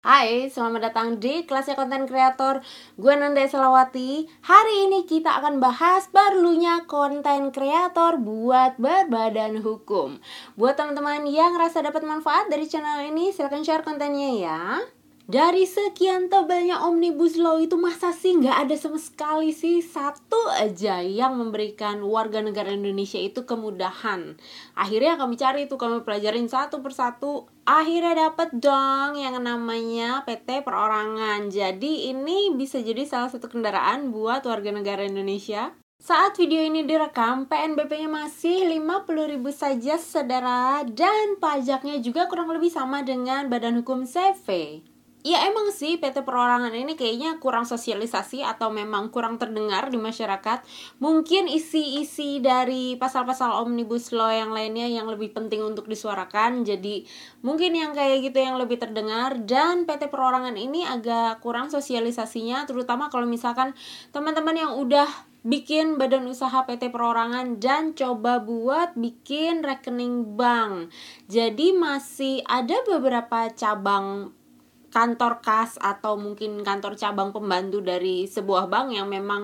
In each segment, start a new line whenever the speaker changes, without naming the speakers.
Hai, selamat datang di kelasnya konten kreator. Gue Nanda Selawati. Hari ini kita akan bahas perlunya konten kreator buat berbadan hukum. Buat teman-teman yang rasa dapat manfaat dari channel ini, silahkan share kontennya ya. Dari sekian tebalnya Omnibus Law itu masa sih nggak ada sama sekali sih satu aja yang memberikan warga negara Indonesia itu kemudahan. Akhirnya kami cari tuh, kami pelajarin satu persatu. Akhirnya dapet dong yang namanya PT Perorangan. Jadi ini bisa jadi salah satu kendaraan buat warga negara Indonesia. Saat video ini direkam, PNBP-nya masih 50.000 saja saudara. Dan pajaknya juga kurang lebih sama dengan Badan Hukum CV. Ya emang sih PT Perorangan ini kayaknya kurang sosialisasi atau memang kurang terdengar di masyarakat. Mungkin isi-isi dari pasal-pasal Omnibus Law yang lainnya yang lebih penting untuk disuarakan. Jadi mungkin yang kayak gitu yang lebih terdengar. Dan PT Perorangan ini agak kurang sosialisasinya, terutama kalau misalkan teman-teman yang udah bikin badan usaha PT Perorangan dan coba buat bikin rekening bank. Jadi masih ada beberapa cabang kantor kas atau mungkin kantor cabang pembantu dari sebuah bank yang memang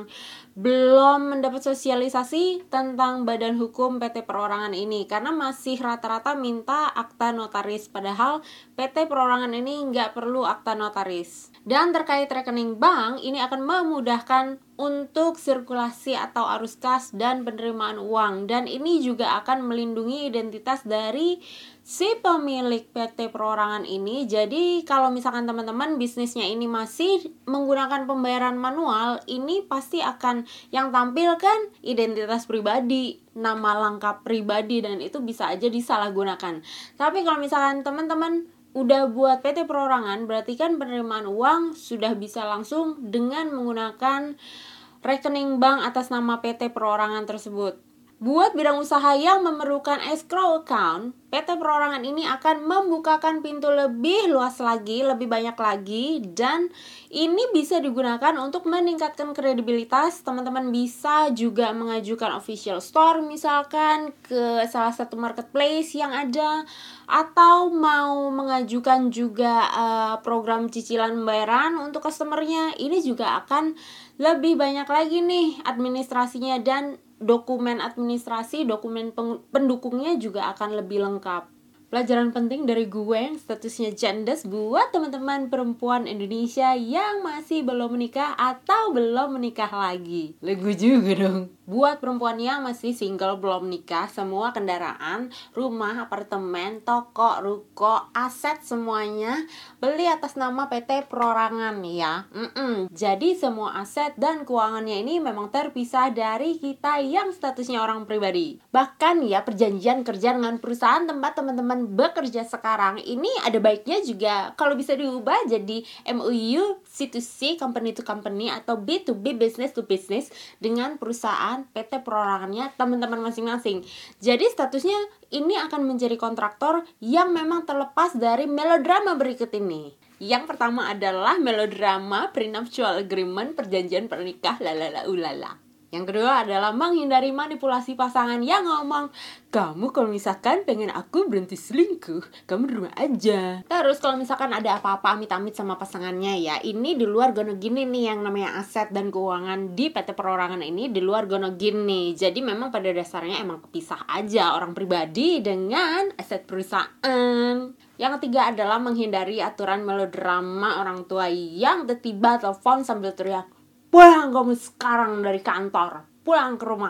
belum mendapat sosialisasi tentang badan hukum PT Perorangan ini, karena masih rata-rata minta akta notaris, padahal PT Perorangan ini nggak perlu akta notaris. Dan terkait rekening bank, ini akan memudahkan untuk sirkulasi atau arus kas dan penerimaan uang, dan ini juga akan melindungi identitas dari si pemilik PT Perorangan ini. Jadi kalau misalkan teman-teman bisnisnya ini masih menggunakan pembayaran manual, ini pasti akan yang tampil kan identitas pribadi, nama lengkap pribadi, dan itu bisa aja disalahgunakan. Tapi kalau misalkan teman-teman udah buat PT Perorangan, berarti kan penerimaan uang sudah bisa langsung dengan menggunakan rekening bank atas nama PT Perorangan tersebut. Buat bidang usaha yang memerlukan escrow account, PT Perorangan ini akan membukakan pintu lebih luas lagi, lebih banyak lagi, dan ini bisa digunakan untuk meningkatkan kredibilitas. Teman-teman bisa juga mengajukan official store misalkan ke salah satu marketplace yang ada, atau mau mengajukan juga program cicilan pembayaran untuk customernya. Ini juga akan lebih banyak lagi nih administrasinya, dan dokumen administrasi, dokumen pendukungnya juga akan lebih lengkap. Pelajaran penting dari gue yang statusnya Jandes buat teman-teman perempuan Indonesia yang masih belum menikah atau belum menikah lagi. Lagu juga dong. Buat perempuan yang masih single belum nikah, semua kendaraan, rumah, apartemen, toko, ruko, aset semuanya beli atas nama PT Perorangan ya. Jadi semua aset dan keuangannya ini memang terpisah dari kita yang statusnya orang pribadi. Bahkan ya, perjanjian kerja dengan perusahaan tempat teman-teman bekerja sekarang ini ada baiknya juga kalau bisa diubah jadi MOU C2C, company to company, atau B2B, business to business, dengan perusahaan PT Perorangannya teman-teman masing-masing. Jadi statusnya ini akan menjadi kontraktor yang memang terlepas dari melodrama berikut ini. Yang pertama adalah melodrama prenuptial agreement, perjanjian pernikah lalala ulala. Yang kedua adalah menghindari manipulasi pasangan yang ngomong, kamu kalau misalkan pengen aku berhenti selingkuh, kamu di rumah aja. Terus kalau misalkan ada apa-apa amit-amit sama pasangannya ya, ini di luar gono gini nih yang namanya aset dan keuangan di PT Perorangan ini di luar gono gini. Jadi memang pada dasarnya emang kepisah aja orang pribadi dengan aset perusahaan. Yang ketiga adalah menghindari aturan melodrama orang tua yang tiba-tiba telepon sambil teriak, pulang kamu sekarang dari kantor, pulang ke rumah.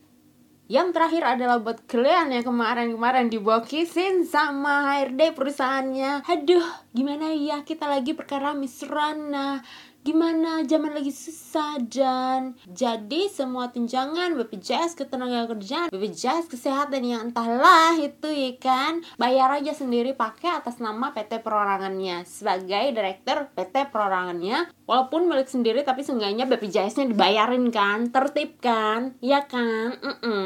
Yang terakhir adalah buat kalian yang kemarin dibokisin sama HRD perusahaannya. Aduh, gimana ya, kita lagi perkara misrana, gimana zaman lagi susah, dan jadi semua tunjangan BPJS Ketenagakerjaan, BPJS Kesehatan yang entahlah itu ya kan, bayar aja sendiri pakai atas nama PT Perorangannya sebagai direktur PT Perorangannya. Walaupun milik sendiri tapi seenggaknya BPJS-nya dibayarin kan, tertib kan, ya kan.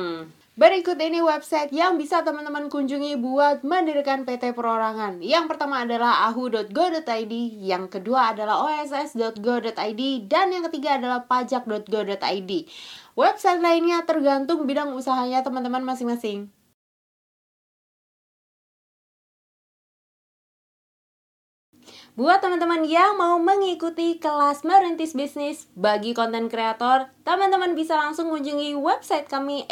Berikut ini website yang bisa teman-teman kunjungi buat mendirikan PT Perorangan. Yang pertama adalah ahu.go.id, yang kedua adalah oss.go.id, dan yang ketiga adalah pajak.go.id. Website lainnya tergantung bidang usahanya teman-teman masing-masing. Buat teman-teman yang mau mengikuti kelas merintis bisnis bagi konten kreator, teman-teman bisa langsung kunjungi website kami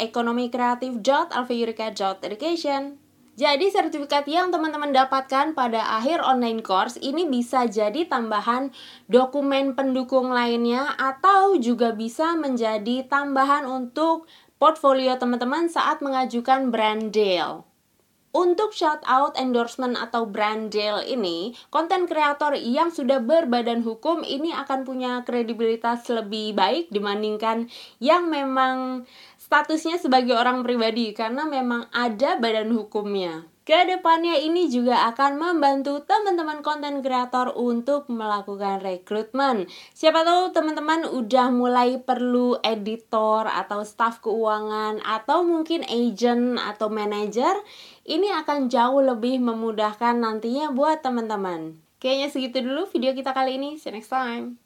ekonomikreatif.alfayurika.education. Jadi sertifikat yang teman-teman dapatkan pada akhir online course ini bisa jadi tambahan dokumen pendukung lainnya atau juga bisa menjadi tambahan untuk portfolio teman-teman saat mengajukan brand deal. Untuk shout out, endorsement, atau brand deal ini, konten kreator yang sudah berbadan hukum ini akan punya kredibilitas lebih baik dibandingkan yang memang statusnya sebagai orang pribadi karena memang ada badan hukumnya. Kedepannya ini juga akan membantu teman-teman konten kreator untuk melakukan rekrutmen. Siapa tahu teman-teman udah mulai perlu editor atau staf keuangan atau mungkin agent atau manajer. Ini akan jauh lebih memudahkan nantinya buat teman-teman. Kayaknya segitu dulu video kita kali ini. See you next time.